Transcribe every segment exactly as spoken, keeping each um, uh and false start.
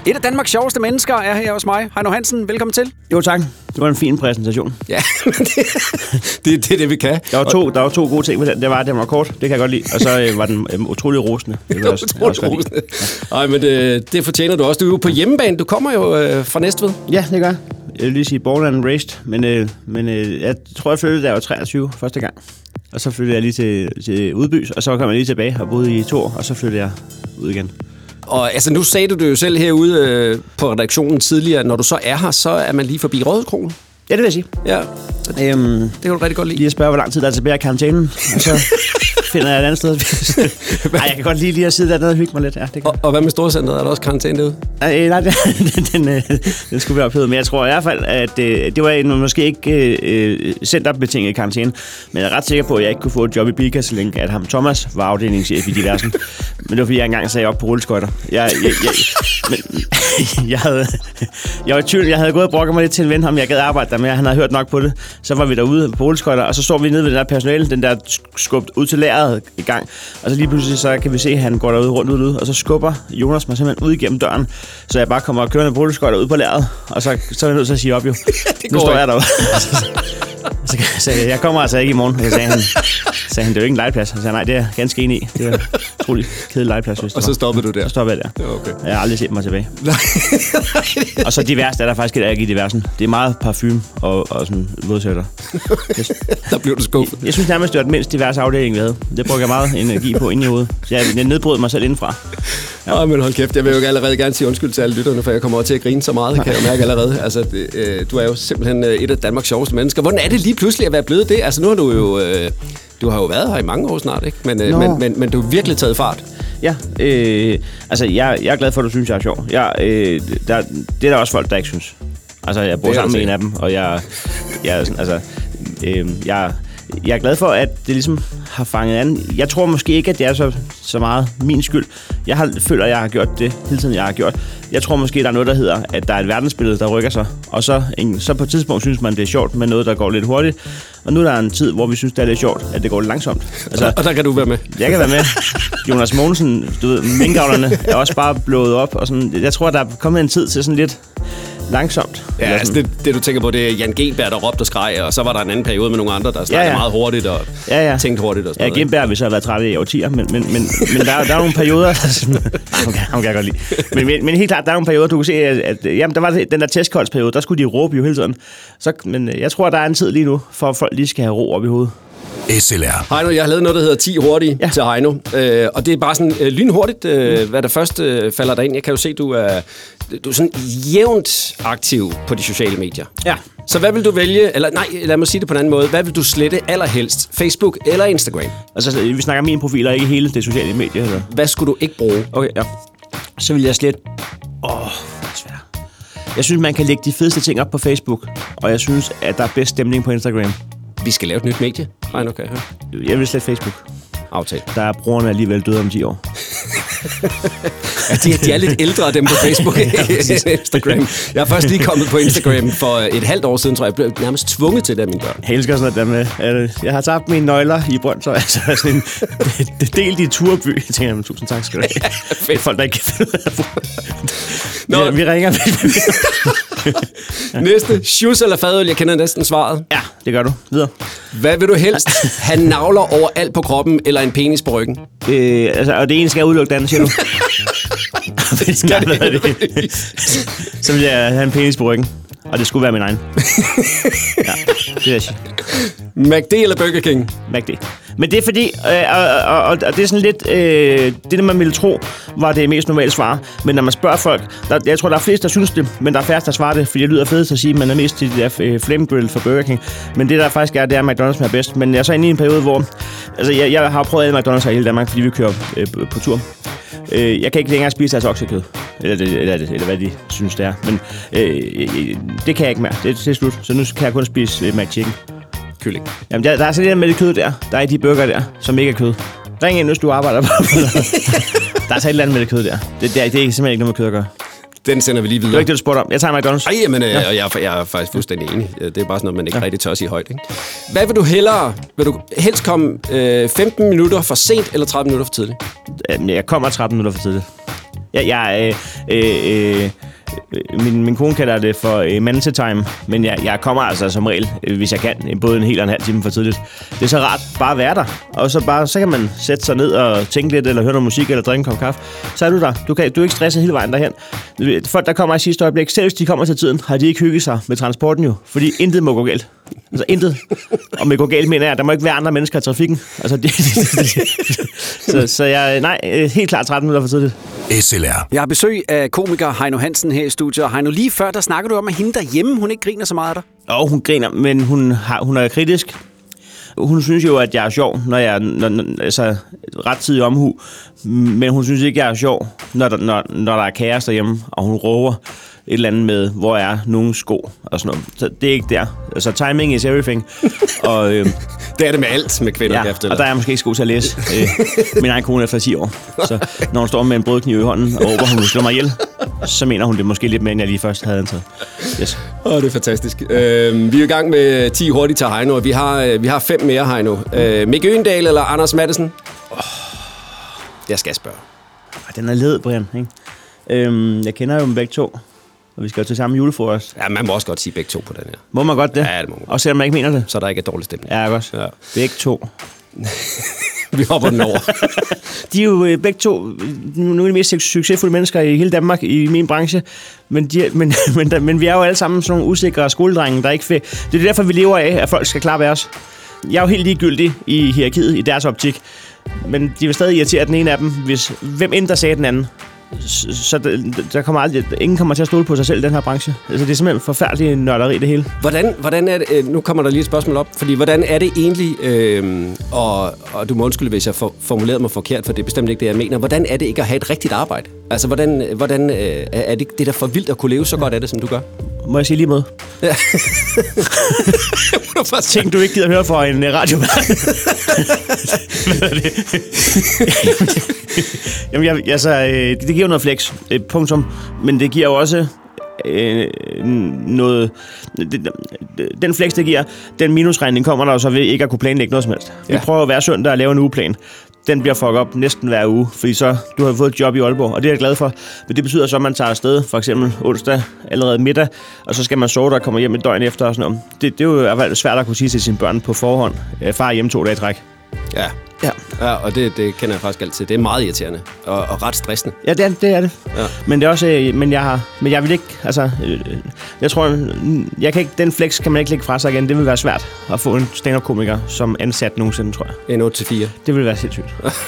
Et af Danmarks sjoveste mennesker er her hos mig. Heino Hansen, velkommen til. Jo, tak. Det var en fin præsentation. Ja, det, det, det er det, vi kan. Der var to, der var to gode ting med den. Det var, at den var kort. Det kan jeg godt lide. Og så øh, var den øh, utrolig rosende. Det var også, utrolig også rosende. Ja. Ej, men det, det fortjener du også. Du er jo på hjemmebane. Du kommer jo øh, fra Næstved. Ja, det gør jeg. Jeg vil lige sige born and raised. Men, øh, men øh, jeg tror, jeg flyttede, da jeg var treogtyve første gang. Og så flyttede jeg lige til, til Udbys. Og så kom jeg lige tilbage og boede i to år. Og så flyttede jeg ud igen. Og altså, nu sagde du det jo selv herude øh, på redaktionen tidligere. Når du så er her, så er man lige forbi Rådhuskroen. Ja, det vil jeg sige. Ja, øhm, det kan du rigtig godt lide. Lige at spørge, hvor lang tid der er tilbage af karantænen. Og så finder jeg et andet sted. Ej, jeg kan godt lige, lige at sidde dernede og hygge mig lidt. Ja, det kan. Og, og hvad med Storcenteret? Er der også karantæne derude? Nej, nej den, den, den, den skulle være ophedet. Men jeg tror i hvert fald, at øh, det var måske ikke øh, centerbetinget karantæne. Men jeg er ret sikker på, at jeg ikke kunne få et job i Bilka, så længe at ham Thomas var afdelingschef i diversen. Men det var, fordi jeg engang sagde op på rulleskøjter. Jeg, jeg, jeg, men, jeg, havde, jeg var i tvivl. Jeg havde gået og brokket mig lidt til en ven, om jeg gad arbejde der med. Han havde hørt nok på det. Så var vi derude på rulleskøjter, og så står vi nede ved den der personale, den der skubbet ud til lageret i gang. Og så lige pludselig så kan vi se, at han går derude rundt ud, ud, og så skubber Jonas mig simpelthen ud igennem døren, så jeg bare kommer og kører en rulleskøjter ud på lageret, og så, så er jeg nødt til at sige op jo. Nu står jeg derude. Så sagde jeg, jeg kommer altså ikke i morgen. Så sagde han, sagde han, det er jo ikke en legeplads. Så sagde nej, det er jeg ganske enig i. Det er en utrolig kedelig legeplads. Og så stoppede du der? Så stoppede jeg der. Ja, okay. Jeg har aldrig set mig tilbage. Og så divers, der er der faktisk et af i diversen. Det er meget parfume og, og sådan vådsætter. Der blev du skuffet. Jeg synes nærmest, det var den mindst diverse afdeling, vi havde. Det brugte jeg meget energi på inde i hovedet. Så jeg, jeg nedbrød mig selv indenfra. Ja. Åh, men hold kæft. Jeg vil jo allerede gerne sige undskyld til alle lytterne, for jeg kommer over til at grine så meget. Det kan jeg jo mærke allerede. Altså, det, øh, du er jo simpelthen et af Danmarks sjoveste mennesker. Hvordan er det lige pludselig at være blevet det? Altså, nu har du jo... Øh, du har jo været her i mange år snart, ikke? Men, øh, men, men, men du har virkelig taget fart. Ja, øh, altså, jeg, jeg er glad for, at du synes, jeg er sjov. Jeg, øh, der, det er der også folk, der ikke synes. Altså, jeg bor sammen med en af dem, og jeg... jeg altså, øh, jeg Jeg er glad for, at det ligesom har fanget an. Jeg tror måske ikke, at det er så, så meget min skyld. Jeg har, føler, at jeg har gjort det hele tiden, jeg har gjort. Jeg tror måske, der er noget, der hedder, at der er et verdensbillede, der rykker sig. Og så, en, så på et tidspunkt synes man, det er sjovt med noget, der går lidt hurtigt. Og nu er der en tid, hvor vi synes, det er lidt sjovt, at det går lidt langsomt. Altså, og der kan du være med. Jeg kan være med. Jonas Mogensen, du ved, minkavlerne er også bare blået op. Og sådan, jeg tror, der er kommet en tid til sådan lidt... langsomt. Ja, altså det, det du tænker på, det er Jan Genberg, der råbte og skreg, og så var der en anden periode med nogle andre, der snakkede ja, ja. meget hurtigt og ja, ja. tænkte hurtigt. Og sådan ja, Genberg vil så have været træt i årtier, men, men, men, men der, der er nogle perioder... nej, hun kan, hun kan jeg godt lide. Men, men, men helt klart, der er nogle perioder, du kan se, at, at jamen, der var den der testkoldsperiode, der skulle de råbe jo hele tiden. Så, men jeg tror, der er en tid lige nu, for at folk lige skal have ro op i hovedet. S L R. Heino, jeg har lavet noget, der hedder ti hurtige ja. til Heino. Øh, og det er bare sådan øh, lynhurtigt, øh, hvad der først øh, falder dig ind. Jeg kan jo se, du er, du er sådan jævnt aktiv på de sociale medier. Ja. Så hvad vil du vælge, eller nej, lad mig sige det på en anden måde. Hvad vil du slette allerhelst? Facebook eller Instagram? Altså, vi snakker min profil, og ikke hele det sociale medie. Eller? Hvad skulle du ikke bruge? Okay, ja. Så vil jeg slette... Åh, oh, det er svært. Jeg synes, man kan lægge de fedeste ting op på Facebook, og jeg synes, at der er bedst stemning på Instagram. Vi skal lave et nyt medie. Nej, okay. Jeg vil slette Facebook. Aftale. Der er brugerne alligevel døde om ti år. ja, de, de er lidt ældre dem på Facebook end Instagram. Jeg er først lige kommet på Instagram for et halvt år siden, tror jeg. Jeg blev nærmest tvunget til det af mine børn. Jeg elsker sådan noget der med, jeg har tabt mine nøgler i Brøndshøj, så altså sådan en delt i Turby. Jeg tænker, tusind tak skal du have. Ja, folk, der ikke kan finde ud af. Vi ringer. ja. Næste. Shoes eller fadøl? Jeg kender næsten svaret. Ja, det gør du. Videre. Hvad vil du helst? have navler over alt på kroppen, eller en penis på ryggen? Øh, altså, og det ene skal udelukke det andet, siger du? skal det så vil jeg have en penis på ryggen. Og det skulle være min egen. ja, det er jeg. McD eller Burger King? McD. Men det er fordi, øh, og, og, og, og det er sådan lidt, øh, det der man ville tro, var det mest normale svar. Men når man spørger folk, der, jeg tror, der er flest, der synes det, men der er færrest, der svarer det, fordi det lyder fedt at sige, at man er mest til det der flame grill for Burger King. Men det der faktisk er, det er McDonald's, som er bedst. Men jeg er så inde i en periode, hvor, altså jeg, jeg har prøvet alle McDonald's her i hele Danmark, fordi vi kører øh, på tur. Øh, jeg kan ikke længere spise deres oksekød, eller, det, eller, det, eller hvad de synes, det er. Men øh, det kan jeg ikke mere. Det, det er slut. Så nu kan jeg kun spise øh, McChicken. Kylling. Jamen, der, der er så det der med det kød der. Der er de burger der, som ikke er kød. Ring ind, hvis du arbejder på der er så et eller andet med det kød der. Det, det, er, det er simpelthen ikke noget med kød at gøre. Den sender vi lige videre. Det er ikke det, du spurgte om. Jeg tager McDonald's. Ej, men øh, ja. jeg, er, jeg er faktisk fuldstændig enig. Det er bare sådan noget, man ikke ja. rigtig tør at sige højt. Ikke? Hvad vil du hellere? Vil du helst komme øh, femten minutter for sent eller tretten minutter for tidligt? Jeg kommer tretten minutter for tidligt. Jeg, jeg, Øh, øh, min, min kone kalder det for øh, manse-time, men jeg, jeg kommer altså som regel, øh, hvis jeg kan, både en hel og en halv time for tidligt. Det er så rart bare at være der, og så, bare, så kan man sætte sig ned og tænke lidt, eller høre noget musik, eller drikke en kop kaffe. Så er du der. Du, kan, du er ikke stresset hele vejen derhen. Folk, der kommer i sidste øjeblik, selv hvis de kommer til tiden, har de ikke hygget sig med transporten jo, fordi intet må gå galt. Altså intet. Og med gå galt mener jeg, at der må ikke være andre mennesker i trafikken. Altså, det, så, så jeg, nej, helt klart tretten minutter for tidligt. S L R. Jeg har besøg af komiker Heino Hansen her i studiet. Heino, lige før, der snakker du om, at hende derhjemme, hun ikke griner så meget af dig. Jo, hun griner, men hun, har, hun er kritisk. Hun synes jo, at jeg er sjov, når jeg når, når, altså ret tid i omhu. Men hun synes ikke, jeg er sjov, når der, når, når der er kaos derhjemme, og hun råber et eller andet med, hvor er nogle sko og sådan noget. Så det er ikke der. Altså, timing is everything. og, øh, det er det med alt med kvinder. Ja, efter, og der er jeg måske ikke så god til at læse. øh, min egen kone efter ti år. Så når hun står med en brødkniv i hånden og råber, hun vil slå mig ihjel, så mener hun det måske lidt mere, end jeg lige først havde antaget. Yes. Åh, oh, det er fantastisk. Øh, vi er i gang med ti hurtigt til Heino, og vi har, vi har fem mere, Heino. Øh, Mikke Øgendahl eller Anders Matthesen? Oh, jeg skal spørge. Den er led, Brian. Ikke? Øhm, jeg kender jo dem begge to. Og vi skal jo til samme julefrokost. Ja, man må også godt sige begge to på den her. Må man godt det? Ja, det må man. Og selvom man ikke mener det? Så der ikke er dårlig stemning. Ja, godt. Ja. Begge to. Vi hopper den over. De er jo begge to nogle af de mest succesfulde mennesker i hele Danmark i min branche. Men, de, men, men, men vi er jo alle sammen sådan nogle usikre skoledrenge, der ikke fedt. Det er derfor, vi lever af, at folk skal klappe af os. Jeg er jo helt ligegyldig i hierarkiet, i deres optik. Men de vil stadig irritere den ene af dem, hvis hvem end der sagde den anden. Så der kommer aldrig, ingen kommer til at stole på sig selv i den her branche. Altså, det er simpelthen forfærdeligt nørderi, det hele. Hvordan, hvordan er det, nu kommer der lige et spørgsmål op, fordi hvordan er det egentlig, øh, og, og du må undskylde, hvis jeg for, formulerede mig forkert, for det er bestemt ikke det, jeg mener. Hvordan er det ikke at have et rigtigt arbejde? Altså, hvordan, hvordan øh, er det, det der for vildt at kunne leve så godt af det, som du gør? Må jeg sige lige måde? Ja. Tænk, du ikke gider høre for en radio. Hvad er det? Jamen, jeg, altså, det, det giver jo noget flex, punktum. Men det giver jo også øh, noget... Det, den flex, det giver, den minusregning kommer der jo så ved ikke at kunne planlægge noget som helst. Ja. Vi prøver at hver søndag at lave en ugeplan. Den bliver fucket op næsten hver uge, fordi så du har fået et job i Aalborg, og det er jeg glad for. Men det betyder så, at man tager afsted, for eksempel onsdag, allerede middag, og så skal man sove der og komme hjem et døgn efter og sådan noget. Det, det er jo i hvert fald svært at kunne sige til sine børn på forhånd. Far hjemme to dage i træk. Ja. Ja. Ja, og det, det kender jeg faktisk altid. Det er meget irriterende og, og ret stressende. Ja, det er det. Er det. Ja. Men det er også, men jeg har, men jeg vil ikke, altså, jeg tror, jeg kan ikke, den flex kan man ikke lægge fra sig igen. Det vil være svært at få en stand-up-komiker som ansat nogensinde, tror jeg. En otte til fire. Det vil være sindssygt.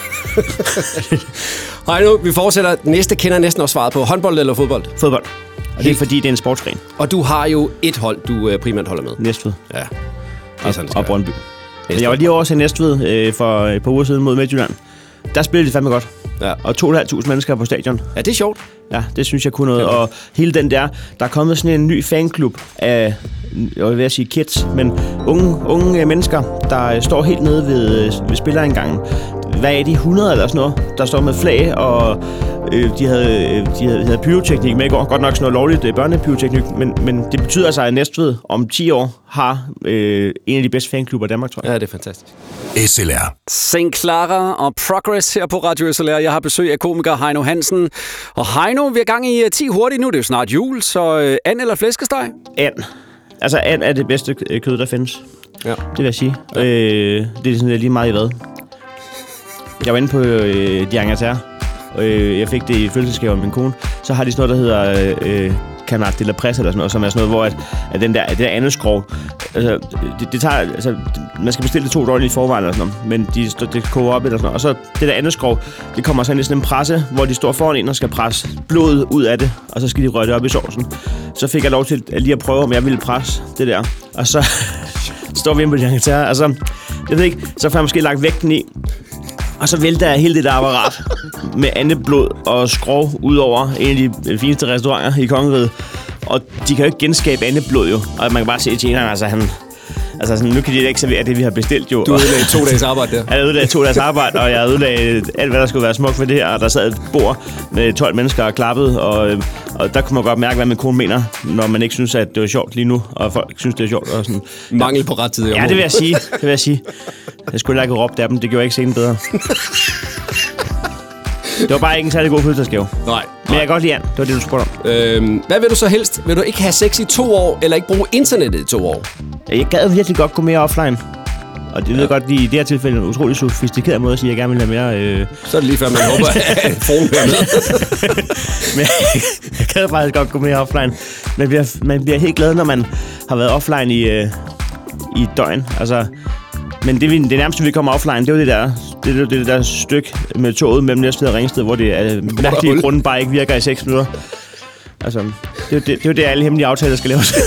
Hej nu, vi fortsætter. Næste kender næsten også svaret på. Håndbold eller fodbold? Fodbold. Og det er fordi, det er en sportsgren. Og du har jo et hold, du primært holder med. Næstved. Ja. Og, og Brøndby. Jeg var lige over til Næstved øh, for et par uger siden mod Midtjylland. Der spillede de fandme godt. Ja. Og to tusind fem hundrede mennesker på stadion. Ja, det er sjovt. Ja, det synes jeg kunne noget. Og hele den der, der er kommet sådan en ny fanklub af, jeg vil sige kids, men unge, unge mennesker, der står helt nede ved, ved spillerindgangen. Hvad er de, hundrede eller sådan noget, der står med flag, og øh, de havde, de havde, havde pyroteknik med i går. Godt nok sådan noget lovligt øh, børnepyroteknik, men, men det betyder altså, at Næstved om ti år har øh, en af de bedste fanklubber i Danmark, tror jeg. Ja, det er fantastisk. S L R. Saint Clara og Progress her på Radio S L R. Jeg har besøg af komiker Heino Hansen. Og Heino, vi er gang i ti hurtigt nu. Det er jo snart jul, så øh, and eller flæskesteg? And. Altså, and er det bedste kød, der findes. Ja. Det vil jeg sige. Ja. Øh, det er sådan lige meget i hvad. Jeg var inde på øh, de Angleterre, og øh, jeg fik det i fødselsdagsgave af min kone. Så har de sådan noget, der hedder øh, Canard de la Presse, eller sådan noget, som er sådan noget, hvor at, at den der, det der andet skrog, altså, det, det tager, altså, man skal bestille det to døgn i forvejen, eller sådan noget, men de, det koger op, eller sådan noget. Og så det der andet skrog, det kommer sådan i sådan en presse, hvor de står foran en og skal presse blodet ud af det, og så skal de røre det op i sovsen. Så fik jeg lov til at lige at prøve, om jeg ville presse det der, og så står vi inde på de Angleterre, altså, jeg ved ikke, så får jeg måske lagt vægten i. Og så vælter jeg hele det der apparat med andeblod og skrov ud over en af de fineste restauranter i Kongeriget. Og de kan jo ikke genskabe andeblod jo. Og man kan bare se i tjeneren, altså han... Altså sådan, nu kan de ikke servere det, vi har bestilt jo. Du ødelagde to dages arbejde der. Jeg ødelagde to dages arbejde, og jeg ødelagde alt, hvad der skulle være smukt ved det her. Og der sad et bord med tolv mennesker og klappede, og, og der kunne man godt mærke, hvad min kone mener, når man ikke synes, at det var sjovt lige nu, og folk synes, det er sjovt. Og sådan. Mangel på rettidig område. Ja, det vil jeg sige. Det vil jeg sige. Jeg skulle ikke råbe af dem, det gjorde ikke scenen bedre. Det var bare ikke en særlig god fødselsdagsgave. Nej. Men jeg kan godt lide an. Det var det, du spurgte om. Øhm, hvad vil du så helst? Vil du ikke have sex i to år, eller ikke bruge internettet i to år? Jeg gad virkelig godt gå mere offline. Og det ved jeg godt, i det her tilfælde er en utrolig sofistikeret måde at sige, at jeg gerne vil have mere... Øh... Så er det lige før, man håber, at fonen hører med. Men jeg gad faktisk godt gå mere offline. Man bliver, man bliver helt glad, når man har været offline i, øh, i et døgn. Altså, men det, det nærmeste, vi kommer offline, det er jo det der, det, det, det der stykke med toget mellem Næstved og Ringsted, hvor det er mærkelige grunde bare ikke virker i seks minutter. Altså, det er det, det, det, det alle hemmelige aftaler, skal laves.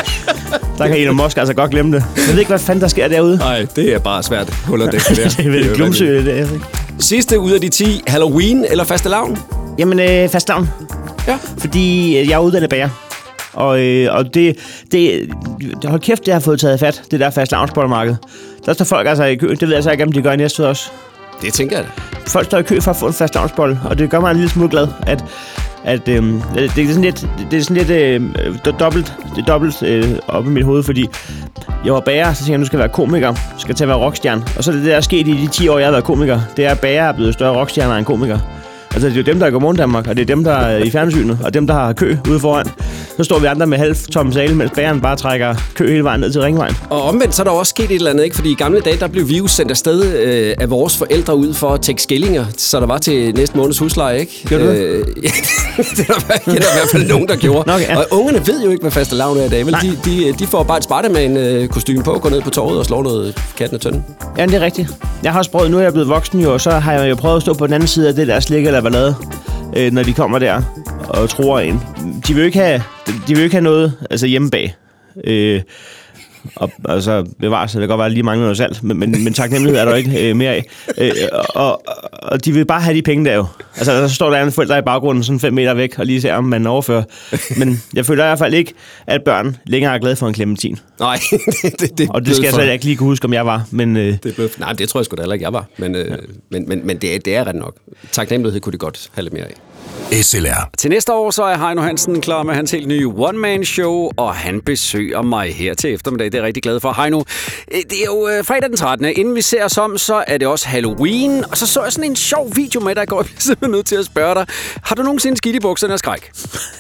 Der kan Elon Musk altså godt glemme det. Jeg ved ikke, hvad fanden der sker derude. Nej, det er bare svært. Huller det der. Det er vel glumsø, det der, ikke? Sidste ud af de ti, Halloween eller fastelavn? Jamen, øh, fastelavn. Ja. Fordi jeg er uddannet bager. Og, øh, og det, det... Hold kæft, det har fået taget fat, det der fastelavnsbollemarked. Der står folk altså i kø. Det ved jeg så ikke, om de gør i Næstved også. Det tænker jeg da. Folk står i kø for at få en fastelavnsbolle, og det gør mig en lille smule glad, at... at øhm, det, det er sådan lidt, det er sådan lidt øh, dobbelt, det er dobbelt øh, op i mit hoved, fordi jeg var bager, så tænkte jeg, nu skal jeg være komiker, skal til at være rockstjerne. Og så er det det, der er sket i de ti år, jeg har været komiker. Det er, at bager er blevet større rockstjerner end komiker. Altså, det er jo dem, der er i Godmorgen Danmark, og det er dem, der er i fjernsynet, og dem, der har kø ude foran. Så står vi andre med halv tomme sale, mens bageren bare trækker kø hele vejen ned til Ringvejen. Og omvendt, så er der også sket et eller andet, ikke? Fordi i gamle dage, der blev vi jo sendt afsted øh, af vores forældre ud for at tække skillinger, så der var til næste måneds husleje, ikke? Gjorde du det? Øh, ja, det er der, der er i hvert fald nogen, der gjorde. Nok, ja. Og ungerne ved jo ikke, hvad fastelavn er i dag, vel? De, de, de får bare et Spiderman-kostyme på, går ned på torvet og slår noget katten af tønden. Ja, det er rigtigt. Jeg har også prøvet, nu er jeg blevet voksen jo, og så har jeg jo prøvet at stå på den anden side af det der slik eller ballade, øh, når de kommer der og tror en. De vil jo ikke have, de vil jo ikke have noget altså hjemme bag. Øh, og altså bevares, det kan godt være lige mange noget salt, men, men, men taknemmelighed er der ikke øh, mere af. Øh, og, og de vil bare have de penge der jo. Altså der står der en forælder i baggrunden sådan fem meter væk og lige ser, om man overfører. Men jeg føler i hvert fald ikke, at børn længere er glade for en clementin. Nej, det, det, det og det skal jeg så ikke lige kunne huske, om jeg var. Men, øh, det blev, nej, det tror jeg sgu da heller ikke, jeg var. Men, øh, ja. men, men, men det, er, det er ret nok. Taknemmelighed kunne de godt have lidt mere af. S L R. Til næste år så er Heino Hansen klar med hans helt nye one-man-show, og han besøger mig her til eftermiddag. Det er jeg rigtig glad for. Heino, det er jo fredag den trettende Inden vi ser os om, så er det også Halloween. Og så så jeg sådan en sjov video med dig i går. Jeg bliver simpelthen nødt til at spørge dig. Har du nogensinde skidt i bukserne af skræk?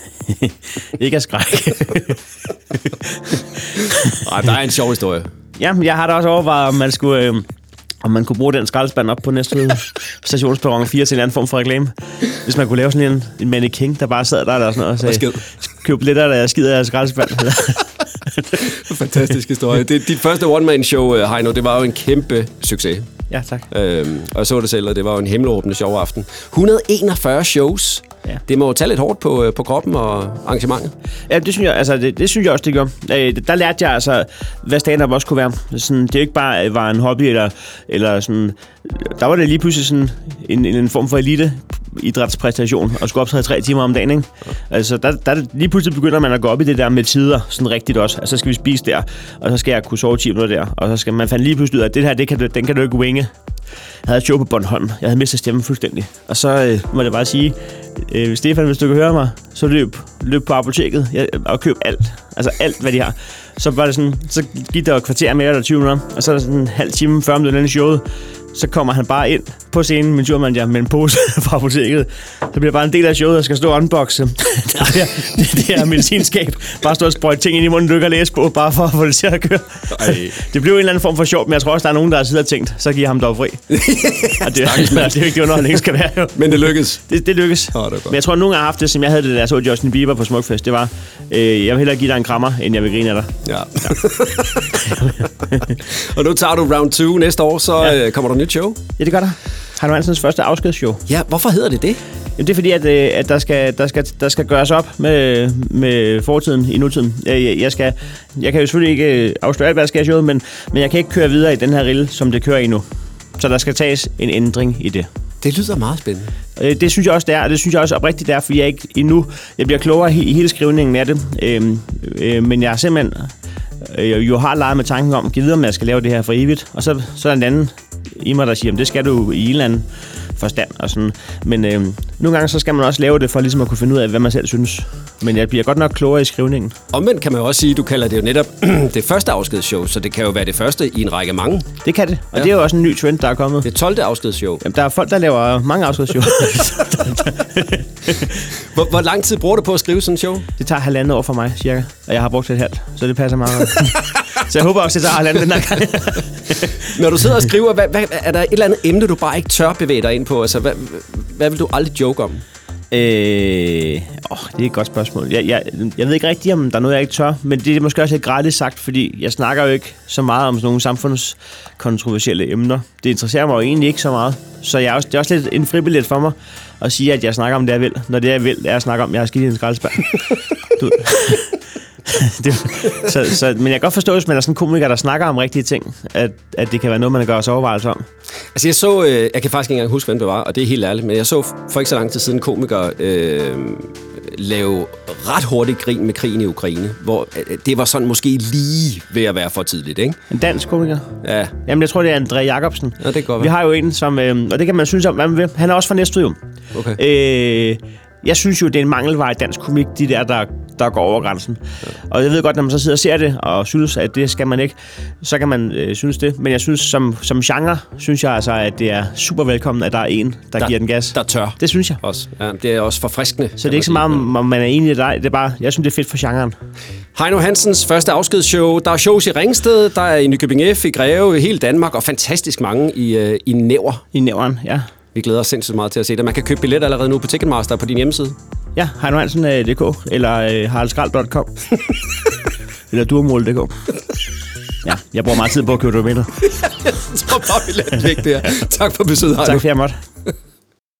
Ikke af skræk. Nej, der er en sjov historie. Jamen, jeg har da også overvejet, om man skulle... Øh om man kunne bruge den skraldespand op på næste stationsperron fire til en anden form for reklame. Hvis man kunne lave sådan en, en mannequin, der bare sad der eller sådan noget og sagde, køb lidt af det, skider af skraldespand. Fantastisk historie. Det, dit første one-man-show, Heino, det var jo en kæmpe succes. Ja, tak. Øhm, og jeg så det selv, og det var jo en himmelråbende sjov aften. et hundrede og enogfyrre shows. Ja. Det må jo tage lidt hårdt på, på kroppen og arrangementet. Ja, det synes jeg, altså, det, det synes jeg også, det gør. Øh, der lærte jeg altså, hvad stand-up også kunne være. Sådan, det ikke bare var en hobby, eller, eller sådan... Der var det lige pludselig sådan en, en form for elite idrætspræstation og skulle optræde tre timer om dagen, ikke? Altså, der, der lige pludselig begynder man at gå op i det der med tider, sådan rigtigt også. Altså, så skal vi spise der, og så skal jeg kunne sove ti minutter der, og så skal man fandt lige pludselig ud af, at det her, det kan du, den kan du ikke winge. Jeg havde et show på Bornholm. Jeg havde mistet stemmen fuldstændig. Og så øh, må jeg bare sige, øh, Stefan, hvis du kan høre mig, så løb, løb på apoteket jeg, og køb alt. Altså alt, hvad de har. Så var det sådan, så gik der et kvarter mere eller tyve minutter, og så er der sådan en halv time, fyrre minutter i showet. Så kommer han bare ind på scenen, min turmanager, med en pose fra apoteket. Så bliver bare en del af showet, der skal stå og unboxe. det, er, det, det er medicinskab. Bare stå og sprøjte ting ind i munden, du ikke har læst på, bare for at få det til at køre. Det blev en eller anden form for sjov, men jeg tror også, der er nogen, der har siddet og tænkt, så giver ham dog fri. og det, det er jo ikke det, underholdning skal være. Jo. Men det lykkes. Det, det lykkes. Oh, det men jeg tror, at nogen har haft det, som jeg havde det, da jeg så Justin Bieber på Smukfest. Det var, øh, jeg vil hellere give dig en krammer, end jeg vil grine af dig. Ja. ja. Og nu tager du round to næste år, så ja. øh, kommer der et nyt show. Ja, det gør der. Heino Hansens første afskedsshow. Ja, hvorfor hedder det det? Jamen, det er fordi, at, at der, skal, der, skal, der skal gøres op med, med fortiden i nutiden. Jeg, jeg, skal, jeg kan jo selvfølgelig ikke afsløre alt, hvad der skal i showet, men, men jeg kan ikke køre videre i den her rille, som det kører i nu. Så der skal tages en ændring i det. Det lyder meget spændende. Det synes jeg også, det er, og det synes jeg også oprigtigt, det er, fordi jeg ikke endnu... Jeg bliver klogere i hele skrivningen af det, øhm, øh, men jeg har simpelthen øh, jo har leget med tanken om, givet om jeg skal lave det her for evigt, og så, så er der en anden i mig, der siger, det skal du i en eller anden forstand og sådan. Men øh, nogle gange så skal man også lave det for ligesom at kunne finde ud af, hvad man selv synes. Men jeg bliver godt nok klogere i skrivningen. Omvendt kan man jo også sige, at du kalder det jo netop det første afskedsshow, så det kan jo være det første i en række mange. Det kan det, og ja. det er jo også en ny trend, der er kommet. Det tolvte afskedsshow. Jamen, der er folk, der laver mange afskedsshow. hvor, hvor lang tid bruger du på at skrive sådan en show? Det tager halvandet år for mig, cirka. Og jeg har brugt et halvt, så det passer meget godt. Så jeg håber også, det tager halvandet den her gang. Når du sidder og skriver, hvad, hvad, er der et eller andet emne, du bare ikke tør bevæge dig ind på? Altså, hvad, hvad vil du aldrig joke om? Øh, åh, det er et godt spørgsmål. Jeg, jeg, jeg ved ikke rigtigt, om der er noget, jeg ikke tør, men det er måske også lidt gratis sagt, fordi jeg snakker jo ikke så meget om sådan nogle samfundskontroversielle emner. Det interesserer mig jo egentlig ikke så meget. Så jeg er også, det er også lidt en fribillet for mig at sige, at jeg snakker om det, jeg vil. Når det, jeg vil, er at snakke om, at jeg har skidt i en skraldespand. det, så, så, men jeg kan godt forstå, hvis man er sådan en komiker, der snakker om rigtige ting, at, at det kan være noget, man gør sig overvejelser om. Altså jeg så, øh, jeg kan faktisk ikke engang huske, hvem det var, og det er helt ærligt, men jeg så for ikke så lang tid siden komikere øh, lave ret hurtigt grin med krigen i Ukraine, hvor øh, det var sådan måske lige ved at være for tidligt, ikke? En dansk komiker? Ja. Jamen jeg tror, det er André Jacobsen. Ja, det kan godt være. Vi har jo en, som, øh, og det kan man synes om, hvad man vil. Han er også fra Næstved jo. Okay. Øh, jeg synes jo, det er en mangelvare i dansk komik, de der, der, der går over grænsen. Ja. Og jeg ved godt, når man så sidder og ser det, og synes, at det skal man ikke, så kan man øh, synes det. Men jeg synes, som, som genre, synes jeg altså, at det er super velkommen, at der er en, der, der giver den gas. Der tør. Det synes jeg. Også. Ja, det er også forfriskende. Så det er ikke så meget, om man er enig i dig. Det er bare, jeg synes, det er fedt for genren. Heino Hansens første afskedsshow. Der er shows i Ringsted, der er i Nykøbing F, i Greve, i hele Danmark, og fantastisk mange i, øh, i Nævr. I Nævren, ja. Vi glæder os sindssygt meget til at se det. Man kan købe billetter allerede nu på Ticketmaster på din hjemmeside. Ja, heino hansen punktum d k eller øh, haraldskrald punktum com eller durmål punktum d k. Ja, jeg bruger meget tid på at købe domener. Jeg tror bare, vi lader det væk der. Tak for besøget, Heino. Tak for, jeg måtte.